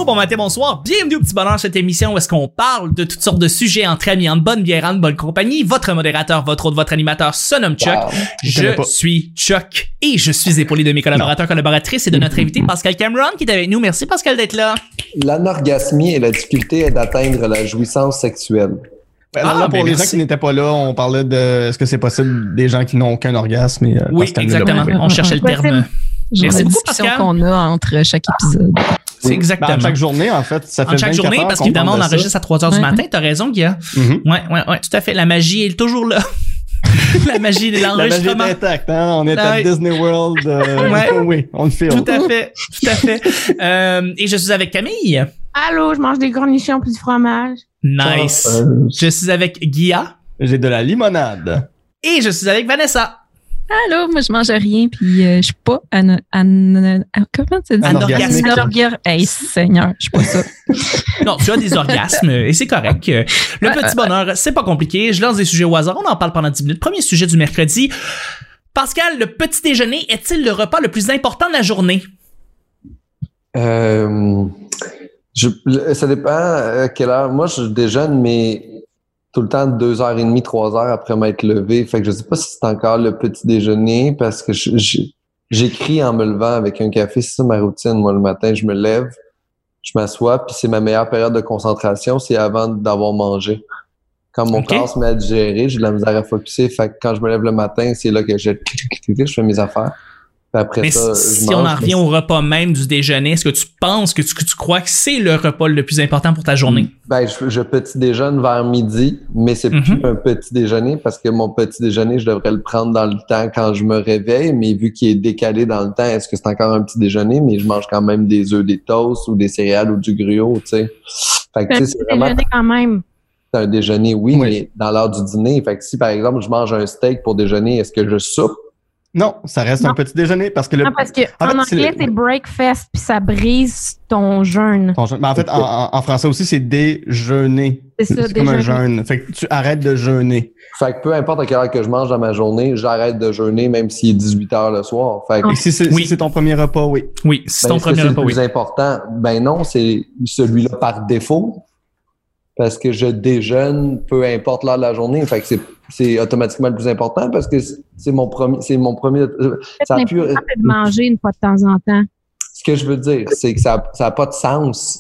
Bonjour, bon matin, bonsoir. Bienvenue au Petit Bonheur, cette émission où est-ce qu'on parle de toutes sortes de sujets entre amis, en bonne bière, en bonne compagnie. Votre modérateur, votre hôte, votre animateur se nomme Chuck. Wow, je suis Chuck et je suis épaulé de mes collaborateurs, collaboratrices et de notre invité Pascal Cameron qui est avec nous. Merci Pascal d'être là. L'anorgasmie et la difficulté est d'atteindre la jouissance sexuelle. Pour les gens qui n'étaient pas là, on parlait de est-ce que c'est possible des gens qui n'ont aucun orgasme. Et, oui, exactement. On cherchait le terme. Merci beaucoup, Pascal. Qu'on a entre chaque épisode. C'est exactement. Chaque journée, en fait. Ça fait chaque journée, parce qu'évidemment, on enregistre à 3h du matin. T'as raison, Guilla. Ouais, tout à fait. La magie est toujours là. La magie de l'enregistrement. La magie est intacte, hein? On est à Disney World. Oui, on le fait. Tout à fait. Et je suis avec Camille. Allô, je mange des cornichons plus du fromage. Nice. Je suis avec Guilla. J'ai de la limonade. Et je suis avec Vanessa. Allô, moi je mange rien puis je suis pas comment tu dis? Anorgasmique. Hey Seigneur, je suis pas ça. Non, tu as des orgasmes et c'est correct. Le petit bonheur, c'est pas compliqué. Je lance des sujets au hasard. On en parle pendant 10 minutes. Premier sujet du mercredi. Pascal, le petit déjeuner est-il le repas le plus important de la journée? Ça dépend à quelle heure. Moi, je déjeune, mais tout le temps 2h30, 3h après m'être levé. Fait que je sais pas si c'est encore le petit déjeuner parce que j'écris en me levant avec un café. C'est ça ma routine. Moi, le matin, je me lève, je m'assois, puis c'est ma meilleure période de concentration, c'est avant d'avoir mangé. Quand mon corps se met à digérer, j'ai de la misère à focusser. Fait que quand je me lève le matin, c'est là que je fais mes affaires. Après mais ça, si on en revient au repas même du déjeuner, est-ce que tu penses que tu crois que c'est le repas le plus important pour ta journée? Ben, je petit déjeune vers midi, mais c'est plus un petit déjeuner parce que mon petit déjeuner, je devrais le prendre dans le temps quand je me réveille, mais vu qu'il est décalé dans le temps, est-ce que c'est encore un petit déjeuner? Mais je mange quand même des œufs, des toasts ou des céréales ou du gruau, tu sais. Fait que, c'est vraiment déjeuner quand même. C'est un déjeuner, oui, mais dans l'heure du dîner. Fait que si, par exemple, je mange un steak pour déjeuner, est-ce que je soupe? Non, ça reste un petit déjeuner parce que en anglais, c'est breakfast puis ça brise ton jeûne. Mais en fait, en français aussi, c'est déjeuner. C'est ça, comme un jeûne. Fait que tu arrêtes de jeûner. Fait que peu importe à quelle heure que je mange dans ma journée, j'arrête de jeûner même s'il est 18h le soir. Fait que... si c'est ton premier repas, oui. Oui, si c'est ton premier repas, oui. C'est le plus important. Ben non, c'est celui-là par défaut. Parce que je déjeune, peu importe l'heure de la journée. Fait que c'est automatiquement le plus important parce que c'est mon premier. Ça a pu de manger une fois de temps en temps. Ce que je veux dire, c'est que ça a pas de sens.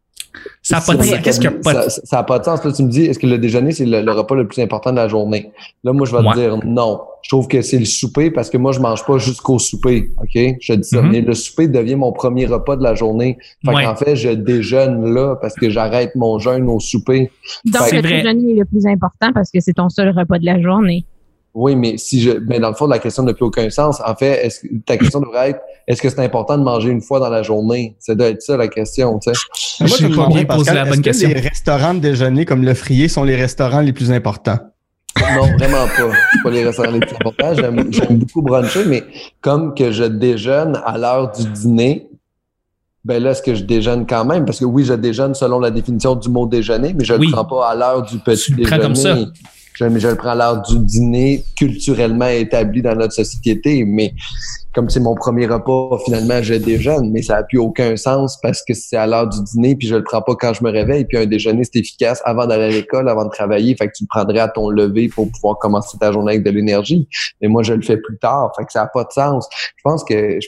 Ça n'a pas de sens. Qu'est-ce qu'il y a pas de... Ça n'a pas de sens. Là, tu me dis, est-ce que le déjeuner, c'est le repas le plus important de la journée? Là, moi, je vais te dire non. Je trouve que c'est le souper parce que moi, je mange pas jusqu'au souper. OK? Je dis ça. Mais le souper devient mon premier repas de la journée. Fait qu'en fait, je déjeune là parce que j'arrête mon jeûne au souper. Donc, le déjeuner est le plus important parce que c'est ton seul repas de la journée. Oui, mais mais dans le fond, la question n'a plus aucun sens. En fait, ta question devrait être, est-ce que c'est important de manger une fois dans la journée? Ça doit être ça, la question, tu sais. Moi, je me demande bien, Pascal, est-ce que les restaurants de déjeuner comme le Frier sont les restaurants les plus importants? Non, vraiment pas. C'est pas les restaurants les plus importants. J'aime beaucoup bruncher, mais comme que je déjeune à l'heure du dîner, ben là, est-ce que je déjeune quand même? Parce que oui, je déjeune selon la définition du mot déjeuner, mais je le prends pas à l'heure du petit déjeuner. Comme ça. Je le prends à l'heure du dîner culturellement établi dans notre société, mais comme c'est mon premier repas, finalement, je déjeune, mais ça n'a plus aucun sens parce que c'est à l'heure du dîner, puis je le prends pas quand je me réveille, puis un déjeuner, c'est efficace avant d'aller à l'école, avant de travailler, fait que tu le prendrais à ton lever pour pouvoir commencer ta journée avec de l'énergie. Mais moi, je le fais plus tard, fait que ça n'a pas de sens. Je pense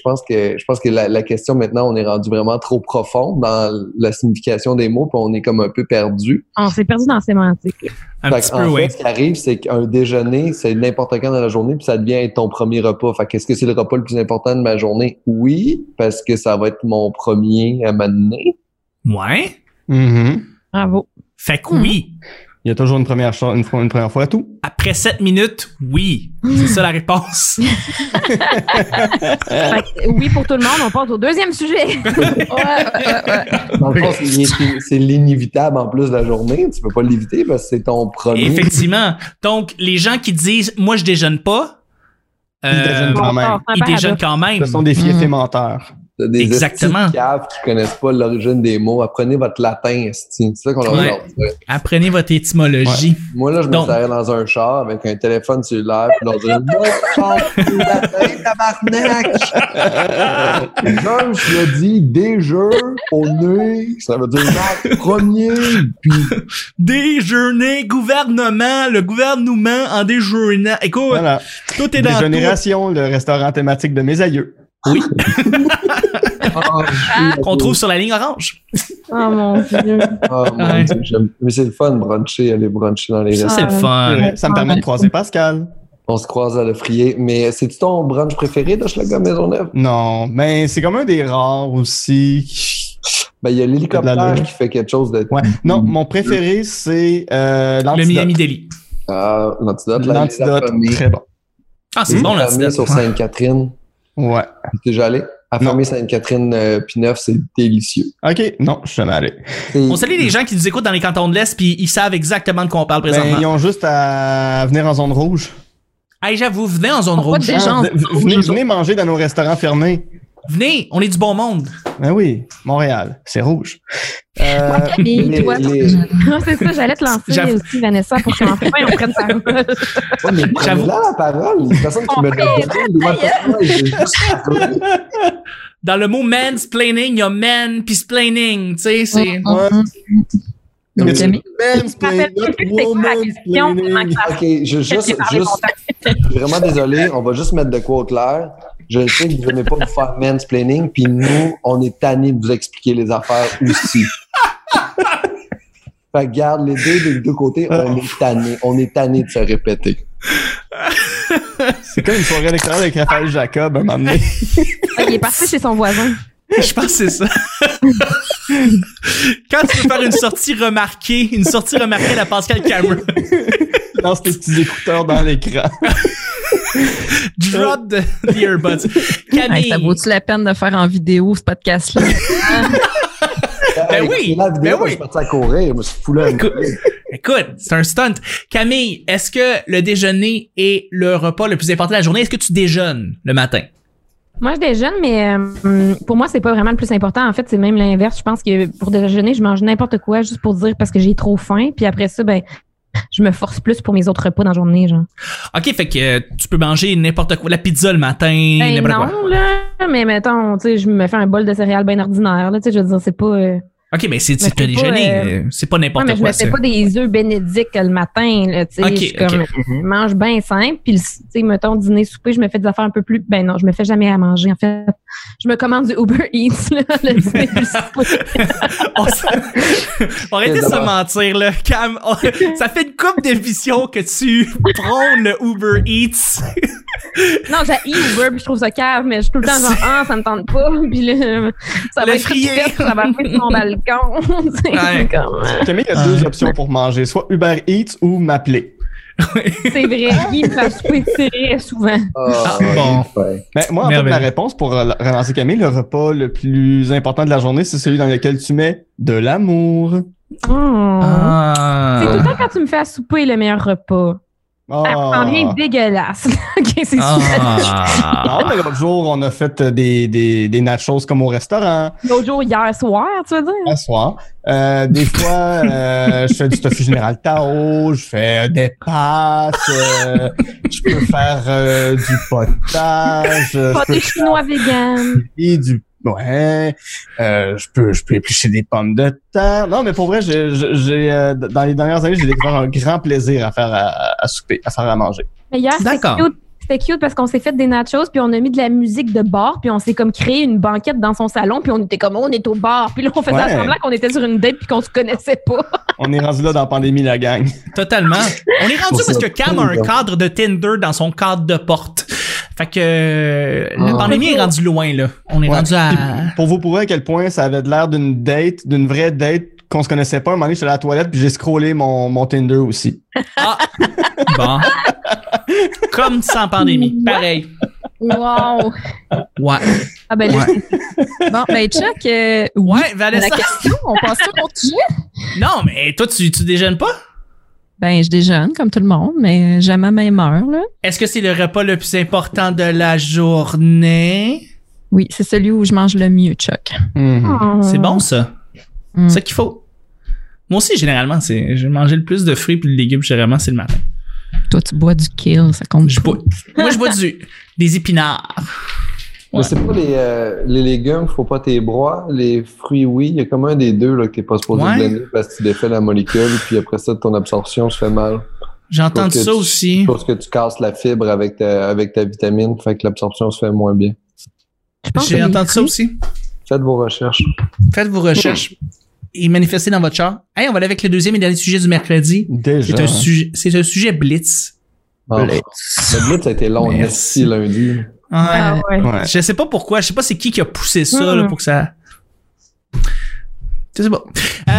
que la question maintenant, on est rendu vraiment trop profond dans la signification des mots, puis on est comme un peu perdu. On s'est perdu dans la sémantique. Ce qui arrive, c'est qu'un déjeuner, c'est n'importe quand dans la journée, puis ça devient ton premier repas. Fait qu'est-ce que c'est le repas le plus important de ma journée? Oui, parce que ça va être mon premier à m'amener. Ouais. Bravo. Fait que oui. Il y a toujours une première fois à tout. Après 7 minutes, oui. C'est ça la réponse. Oui pour tout le monde, on passe au deuxième sujet. Dans le fond, c'est l'inévitable en plus de la journée. Tu peux pas l'éviter parce que c'est ton premier. Effectivement. Donc, les gens qui disent « Moi, je déjeune pas », ils déjeunent quand même. Ils déjeunent quand même. Ce sont des fiefs menteurs. T'as des Exactement. estis de caves qui connaissent pas l'origine des mots. Apprenez votre latin, esti. C'est ça qu'on a Ouais. besoin. Apprenez votre étymologie. Moi, là, je me Donc- serais dans un char avec un téléphone cellulaire, puis leur dirais, moi, char, latin, tabarnak! Je l'ai dit, déjà, au nez, ça veut dire Jacques premier, puis Déjeuner, gouvernement, le gouvernement en déjeunant. Écoute, Voilà. tout est dans tout. Dégénération, le restaurant thématique de mes aïeux. Qu'on trouve sur la ligne orange. Oh mon Dieu. Oh mon Ouais. Dieu, j'aime. Mais c'est le fun de bruncher, aller bruncher dans les Ça, restaurants. c'est le fun. Ouais, ça me permet de croiser Pascal. On se croise à le frier. Mais c'est-tu ton brunch préféré d'Hochelaga Maisonneuve? Non, mais c'est comme un des rares aussi. Ben, il y a De la l'hélicoptère lune. qui fait quelque chose de... Ouais. Non, mon préféré, c'est Le l'antidote. Miami Deli. Ah, l'antidote, là, L'antidote, très bon. Ah, c'est bon, La là. famille sur Sainte-Catherine. Ouais. T'es déjà allé? À Non. famille Sainte-Catherine Pineuf, c'est délicieux. OK, non, je suis jamais allé. On salue les gens qui nous écoutent dans les cantons de l'Est, puis ils savent exactement de quoi on parle Ben, présentement. ils ont juste à venir en zone rouge. Hey, j'avoue, venez en zone Pas rouge. de gens. Venez manger dans nos restaurants fermés. Venez, on est du bon monde. Ben oui, Montréal, c'est rouge. Et toi, les- c'est ça, j'allais te lancer J'avoue. aussi, Vanessa, pour qu'enfin on prenne sa parole. Ouais, mais J'avoue. prenez-la la parole. Les personnes qui me demandent, j'ai juste parlé. Dans le mot mansplaining, il y a man puis splaining, tu sais, c'est... Donc, Camille, Mansplaining, je me rappelle plus c'est quoi la question, tellement que ça- OK, juste, je suis vraiment désolé. On va juste mettre de quoi au clair. Je sais que vous n'aimez pas vous faire mansplaining, puis nous, on est tannés de vous expliquer les affaires aussi. Fait que garde les deux côtés, on est tannés. On est tannés de se répéter. C'est comme une soirée électorale avec Raphaël Jacob, à un moment donné. Il est parti chez son voisin. Je pense que c'est ça. Quand tu veux faire une sortie remarquée de la Pascal Cameron, Dans ces petits écouteurs dans l'écran. drop the earbuds. Camille. Hey, ça vaut-tu la peine de faire en vidéo ce podcast-là? Ben oui, C'est la vidéo, ben oui. je suis parti à courir. Je me suis foulé un peu. Écoute, c'est un stunt. Camille, est-ce que le déjeuner est le repas le plus important de la journée? Est-ce que tu déjeunes le matin? Moi, je déjeune, mais pour moi, c'est pas vraiment le plus important. En fait, c'est même l'inverse. Je pense que pour déjeuner, je mange n'importe quoi juste pour dire parce que j'ai trop faim. Puis après ça, ben, je me force plus pour mes autres repas dans la journée, genre. OK, fait que tu peux manger n'importe quoi. La pizza le matin, Ben n'importe quoi. non, là, mais mettons, tu sais, je me fais un bol de céréales bien ordinaire, là, tu sais, je veux dire, c'est pas... OK, mais c'est me un fais déjeuner. pas, C'est pas Ouais, n'importe mais je quoi. me fais ça. pas des œufs bénédicts le matin, là, tu sais. Ok, je suis comme, ok. je mange bien simple, puis, tu sais, mettons, dîner, souper, je me fais des affaires un peu plus... Ben non, je me fais jamais à manger, en fait. Je me commande du Uber Eats, là, le dîner, puis le souper. On arrêtez de se mentir, là. Cam, ça fait une couple d'émissions que tu prônes le Uber Eats. Non, j'ai Uber, puis je trouve ça cave, mais je suis tout le temps genre, ah, ça me tente pas, puis là, ça Le va être frier. fait, ça va faire sur mon balcon. Tu sais, Ouais. comme, Camille a deux options pour manger, soit Uber Eats ou m'appeler. c'est vrai, Guy me fait souper très souvent. Ah, bon. Ouais. Ben, moi, en fait, Merveilleux. ma réponse pour relancer Camille, le repas le plus important de la journée, c'est celui dans lequel tu mets de l'amour. Oh. C'est tout le Ah. temps quand tu me fais à souper le meilleur repas. Oh. Ça en vient dégueulasse. OK, c'est super. Ah. Non, mais l'autre jour, on a fait des nachos comme au restaurant, L'autre jour, hier soir, tu veux dire? un soir. Des fois, je fais du tofu général Tao, je fais des pâtes, je peux faire du potage, je Pas peux des chinois vegan. faire du je peux éplucher des pommes de terre. Non, mais pour vrai, j'ai dans les dernières années, j'ai découvert un grand plaisir à faire à souper, à faire à manger. Mais hier, c'était D'accord. cute. C'était cute parce qu'on s'est fait des nachos, puis on a mis de la musique de bar, puis on s'est comme créé une banquette dans son salon, puis on était comme, on est au bar. Puis là, on faisait Ouais. semblant qu'on était sur une date, puis qu'on se connaissait pas. On est rendu là dans la pandémie, la gang. Totalement. On est rendu Pour parce ça, que Cam a un cadre de Tinder dans son cadre de porte. Fait que la Ah. pandémie est rendue loin, là. On est Ouais. rendu à... Puis, pour vous prouver à quel point ça avait de l'air d'une date, d'une vraie date qu'on se connaissait pas, un moment donné, j'étais à la toilette puis j'ai scrollé mon Tinder aussi. Ah! Bon. Comme sans pandémie. Pareil. Wow! Ouais. Ah ben là, Bon, ben, Chuck, Ouais, la Vanessa. question, on passe ça au sujet? Non, mais toi, tu déjeunes pas? Ben, je déjeune comme tout le monde, mais jamais à même heure, là. Est-ce que c'est le repas le plus important de la journée? Oui, c'est celui où je mange le mieux, Chuck. Mhm. C'est bon, ça. Mm. C'est ça qu'il faut. Moi aussi, généralement, je vais manger le plus de fruits et de légumes, généralement, c'est le matin. Toi, tu bois du kill, ça compte. Moi, je bois des épinards. Je Ouais. sais pas, les légumes, faut pas tes broies. Les fruits, oui. Il y a comme un des deux là, que t'es pas supposé Ouais. donner parce que tu défais la molécule, puis après ça, ton absorption se fait mal. J'ai entendu ça aussi. Parce que tu casses la fibre avec ta vitamine, fait que l'absorption se fait moins bien. Je pense que J'ai les entendu ça fruits- aussi. Faites vos recherches. Faites vos recherches et manifestez dans votre char. Hey, on va aller avec le deuxième et dernier sujet du mercredi. Déjà. C'est un sujet blitz. Ah, Blitz. le blitz a été long, Merci. merci lundi. Ouais. Ah ouais. Ouais. Je sais pas pourquoi. Je sais pas c'est qui a poussé ça là, pour que ça. Je sais pas.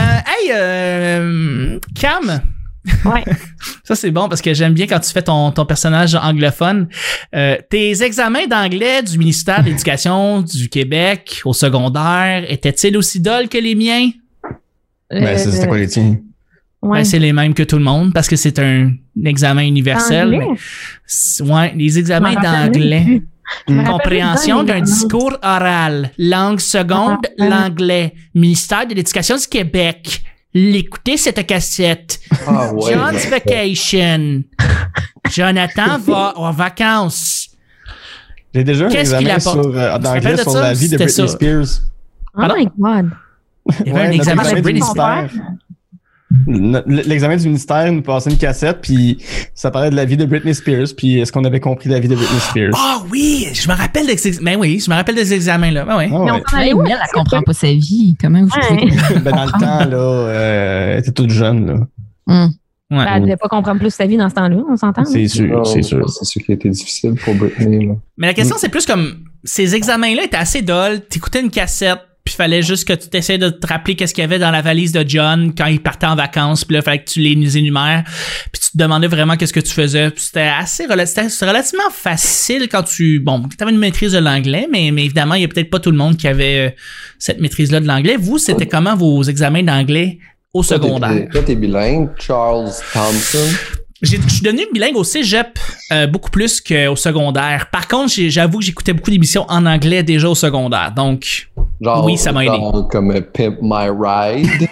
Cam. Ouais. Ça, c'est bon parce que j'aime bien quand tu fais ton personnage anglophone. Tes examens d'anglais du ministère de l'Éducation du Québec au secondaire étaient-ils aussi dole que les miens? Ben, c'était quoi les tiens? Ouais. Ben, c'est les mêmes que tout le monde parce que c'est un examen universel. Anglais? Ouais, les examens Je me rappelle d'anglais. même plus. Je me rappelle Compréhension plus d'un dans les discours oral. Langue seconde, Ah, l'anglais. Ministère de l'Éducation du Québec. L'écouter cette cassette. Ah ouais. John's Vacation. Jonathan va en vacances. J'ai déjà un Qu'est-ce qu'il examen apporte? d'anglais rappelles de sur ça? la vie de C'était Britney ça. Spears. Oh Pardon? my God. Il y avait un Ouais, examen notre sur du Britney ministère. Spears. L'examen du ministère nous passait une cassette, puis ça parlait de la vie de Britney Spears, puis est-ce qu'on avait compris la vie de Britney Spears? Ah oui, je me rappelle ben oui, je me rappelle des examens-là. Ben oui. Ah Mais on ouais. s'en allait Elle, où? elle comprend pas sa vie. Comment vous pouvez Ben, dans le temps, là, elle était toute jeune, là. Ouais. Elle devait pas comprendre plus sa vie dans ce temps-là, on s'entend? C'est sûr, Non, c'est sûr. C'est sûr qui a été difficile pour Britney. Là. Mais la question, c'est plus comme ces examens-là étaient assez dole. T'écoutais une cassette, puis fallait juste que tu t'essayes de te rappeler qu'est-ce qu'il y avait dans la valise de John quand il partait en vacances, puis là, fallait que tu les énumères, puis tu te demandais vraiment qu'est-ce que tu faisais. Puis c'était c'était relativement facile quand tu avais une maîtrise de l'anglais, mais évidemment, il y a peut-être pas tout le monde qui avait cette maîtrise-là de l'anglais. Vous, c'était comment vos examens d'anglais au secondaire? Toi, t'es bilingue. Charles Thompson. Je suis devenu bilingue au cégep beaucoup plus qu'au secondaire. Par contre, j'avoue que j'écoutais beaucoup d'émissions en anglais déjà au secondaire. Donc, Genre, oui, ça m'a aidé. genre comme Pimp My Ride.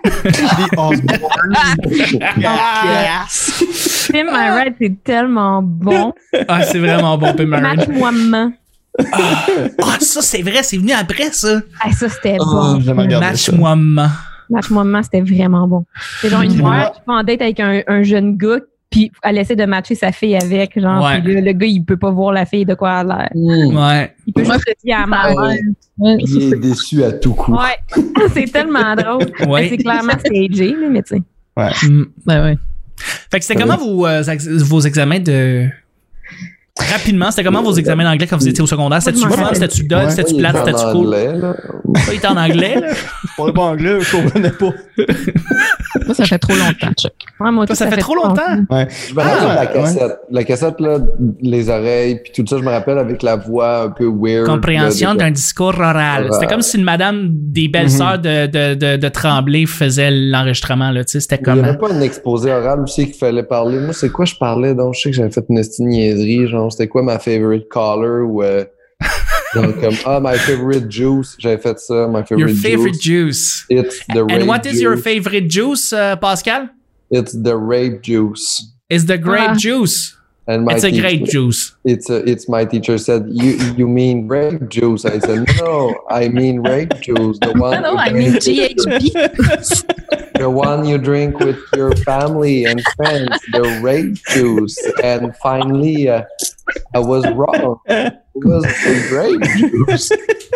Pimp My Ride, c'est tellement bon. Ah, c'est vraiment bon, Pimp My Ride. Match-moi maman. Ah, ça, c'est vrai, c'est venu après, ça. Ah, ça, c'était Oh, bon. j'aime regarder ça. Match-moi maman. Match-moi maman, c'était vraiment bon. C'est genre une mère qui va en date avec un jeune gars, puis elle essaie de matcher sa fille avec, genre, Ouais. puis là, le gars, il peut pas voir la fille de quoi elle a l'air. Ouais. Il peut juste se fier à ma mère. Puis il est déçu à tout coup. Ouais, c'est tellement drôle. Ouais. Mais c'est clairement stagé, là, mais tu sais. Mm. Ben ouais. Fait que c'était comment vos examens de... Rapidement, c'était comment vos examens d'anglais quand vous étiez au secondaire? C'était-tu Moi, je m'en fun? C'était-tu dole? Ouais. C'était-tu Il plate? est en C'était-tu cool? anglais, là. Il était en anglais, là? Je parlais pas anglais, je comprenais pas. Moi, ça fait trop longtemps, Chuck. Ouais, moi, Toi, aussi, ça fait trop longtemps? Ouais. Je me rappelle la ouais. cassette. La cassette, là, les oreilles, puis tout ça, je me rappelle avec la voix un peu weird. Compréhension là, d'un discours oral. C'était comme si une madame des belles-sœurs de Tremblay faisait l'enregistrement, là, tu sais, c'était Il n'y comme... avait pas un exposé oral aussi qu'il fallait parler. Moi, c'est quoi je parlais? Donc, je sais que j'avais fait une estime niaiserie. Genre, c'était quoi ma favorite color? Ou, genre, comme, my favorite juice. J'avais fait ça, my favorite Your juice. favorite juice. It's the rape And what is your juice. favorite juice, Pascal? It's the rape juice. It's the grape Ah. juice. And my It's a teacher- grape juice. It's my teacher said, you mean rape juice? I said, no, I mean rape juice. The one, No, you I mean drink- GHB. the one you drink with your family and friends, the rape juice. And finally, I was wrong. It was the grape juice.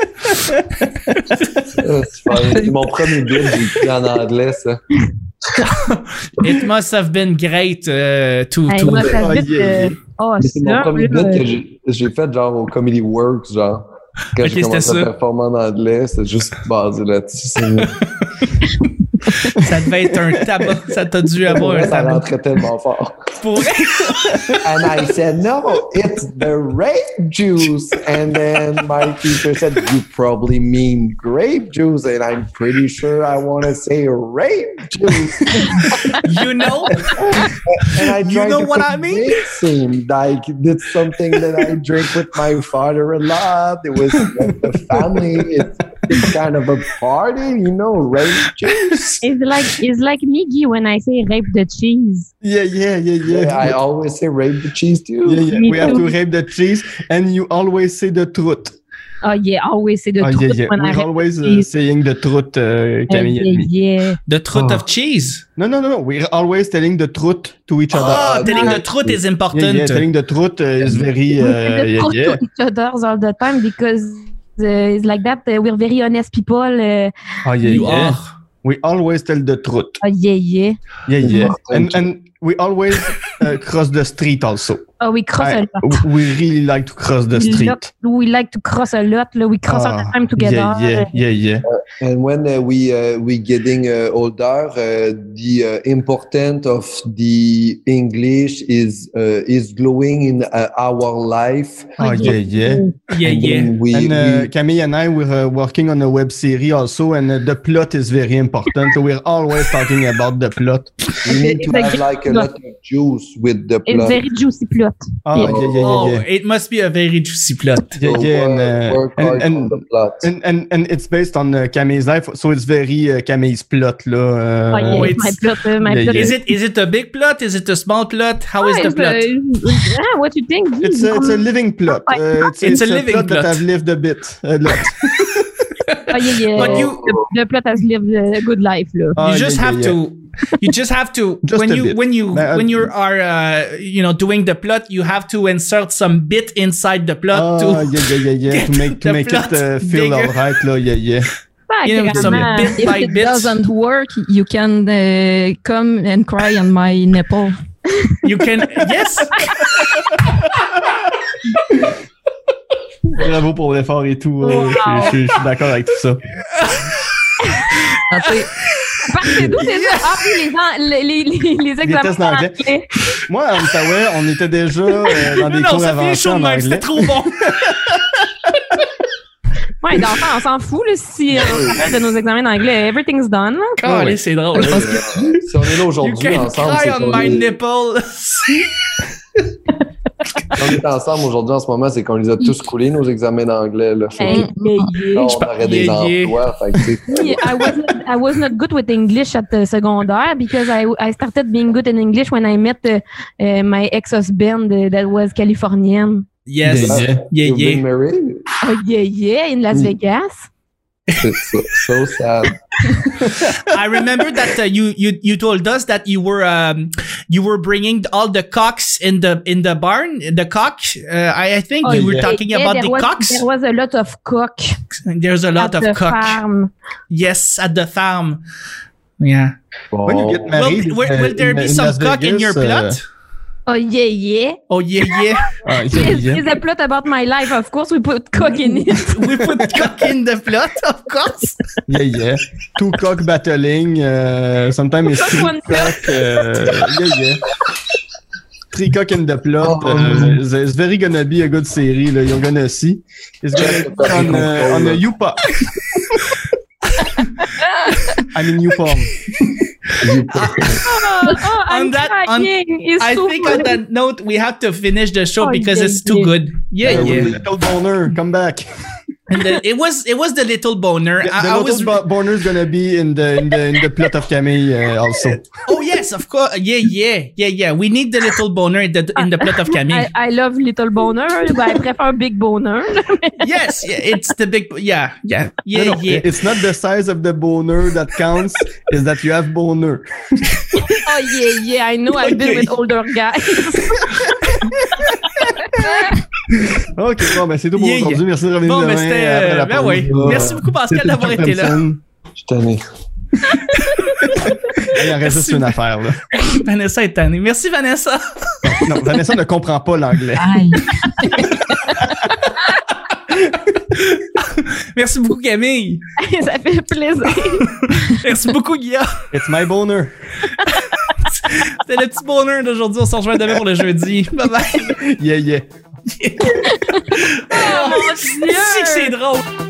That's funny. C'est mon premier bit, j'ai écrit en anglais, ça. It must have been great to... Hey, to- moi, ça Oh, vite, yeah. oh, Mais c'est mon ça, premier là, bit que j'ai fait genre au Comedy Works, genre. Quand Ok, j'ai commencé c'était à ça. performer en anglais, c'était juste basé là-dessus. Ça devait être un tabac. Ça t'a dû avoir un Ça tabac. rentrait tellement fort. Pour vrai? And I said, no, it's the rape juice. And then my teacher said, you probably mean grape juice. And I'm pretty sure I want to say rape juice. You know? And I You tried know to what I mean? convince him, like, it's something that I drink with my father a lot. It was like the family. It's kind of a party, you know, rape juice. It's like me, Guy, when I say rape the cheese. Yeah, I always say rape the cheese too. Me We have too. to rape the cheese, and you always say the truth. Oh yeah, always say the truth when I We're rape always the cheese. saying the truth, Camille and me. Yeah. The truth Oh. of cheese. No. We're always telling the truth to each other. Oh, telling the truth is important. Yeah, telling the truth is very. We say the truth Yeah. to each other all the time because it's like that. We're very honest people. Oh, You are. We always tell the truth. Yeah. Yeah. Thank And we always cross the street also. Oh, we cross a lot. We really like to cross the street. We like to cross a lot. We cross all the time together. Yeah. And when we getting older, the importance of the English is growing in our life. Oh, yeah. Yeah. And we Camille and I were working on a web series also, and the plot is very important. We're always talking about the plot. need to have like a lot of juice with the It's plot. very juicy plot. Oh, Oh, yeah. it must be a very juicy plot. Yeah, Work hard on and the plot. and it's based on Camille's life, so it's very Camille's plot Oh, là. yeah, wait. my plot. Yeah, Plot. yeah. Is it a big plot? Is it a small plot? How is the it's, plot? What you think? Guy? It's a living plot. It's a living plot that plot. I've lived a lot. Oh, yeah. But you- the plot has lived a good life. Là. Oh, You just yeah, have yeah. to. You just have to Just when a you bit. when you But, when you are doing the plot, you have to insert some bit inside the plot Oh, to yeah. get To make the it plot feel bigger. alright là, yeah. Pas You know, some carrément. bit If by it bit. doesn't work, you can come and cry on my nipple. You can yes. Bravo pour l'effort et tout. Je suis d'accord avec tout ça. Ah, tu sais, Parce que d'où déjà? Ah, oui, les examens tests d'anglais. d'anglais. Moi, en Outaouais, on était déjà dans des Non, cours ça fait avancés chaud de en même, c'était anglais. trop bon. Ouais, d'enfant, on s'en fout là, si on parle de nos examens d'anglais. Everything's done. Là. Allez, c'est drôle. Si on est là You aujourd'hui can ensemble, cry c'est on qu'on my est- nipple. si on est ensemble aujourd'hui en ce moment, c'est qu'on les a tous coulés, nos examens d'anglais. Là. Fait que Hey, là, on aurait des Yeah, yeah. emplois. Fait que, tu sais, I was not good with English at the secondaire because I started being good in English when I met my ex-husband that was Californian. Yes. Yeah. Yeah, you've been yeah. married? Oh, yeah, in Las Vegas. It's so sad. I remember that you told us that you were bringing all the cocks in the barn. The cock. I think Oh, you were yeah. talking about the cocks. There was a lot of cock There's a lot at of the cock. farm. Yes, at the farm. Yeah. When you get Bon. married, Will there be in some Las cock in your Vegas, plot? Oh, yeah. Oh yeah, yeah. It's a plot about my life, of course. We put cock in it. We put cock in the plot, of course. Yeah. Two cock battling. Sometimes it's three One cock. Yeah. Three cock in the plot. It's very gonna be a good series. You're gonna see. It's gonna be on a YouPorn. I mean YouPorn. I'm On that- crying. It's I so think funny. on that note we have to finish the show Oh, because yeah, it's too yeah. good. Yeah, yeah. Little boner, come back. And then it was the little boner. The I was. little boner is gonna be in the plot of Camille also. Oh yes, of course. Yeah. We need the little boner in the plot of Camille. I love little boner, but I prefer big boner. Yes, yeah, it's the big. Yeah. No, Yeah. It's not the size of the boner that counts, is that you have boner. Oh, yeah, I know. I've been Okay. with older guys. Ok, bon, ben c'est tout pour Yeah, aujourd'hui. Merci de revenir Bon, mais demain c'était. après la Ben pause. oui. Merci beaucoup Pascal C'était d'avoir Chuck été là. Thompson. Je suis tanné. Il en reste juste une affaire, là. Vanessa est tannée. Merci Vanessa. Non, Vanessa ne comprend pas l'anglais. aïe. Merci beaucoup, Camille. Ça fait plaisir. Merci beaucoup, Guillaume. It's my boner. C'était le petit bonheur d'aujourd'hui. On se rejoint demain pour le jeudi. Bye bye. Yeah. Oh mon Dieu! C'est que c'est drôle.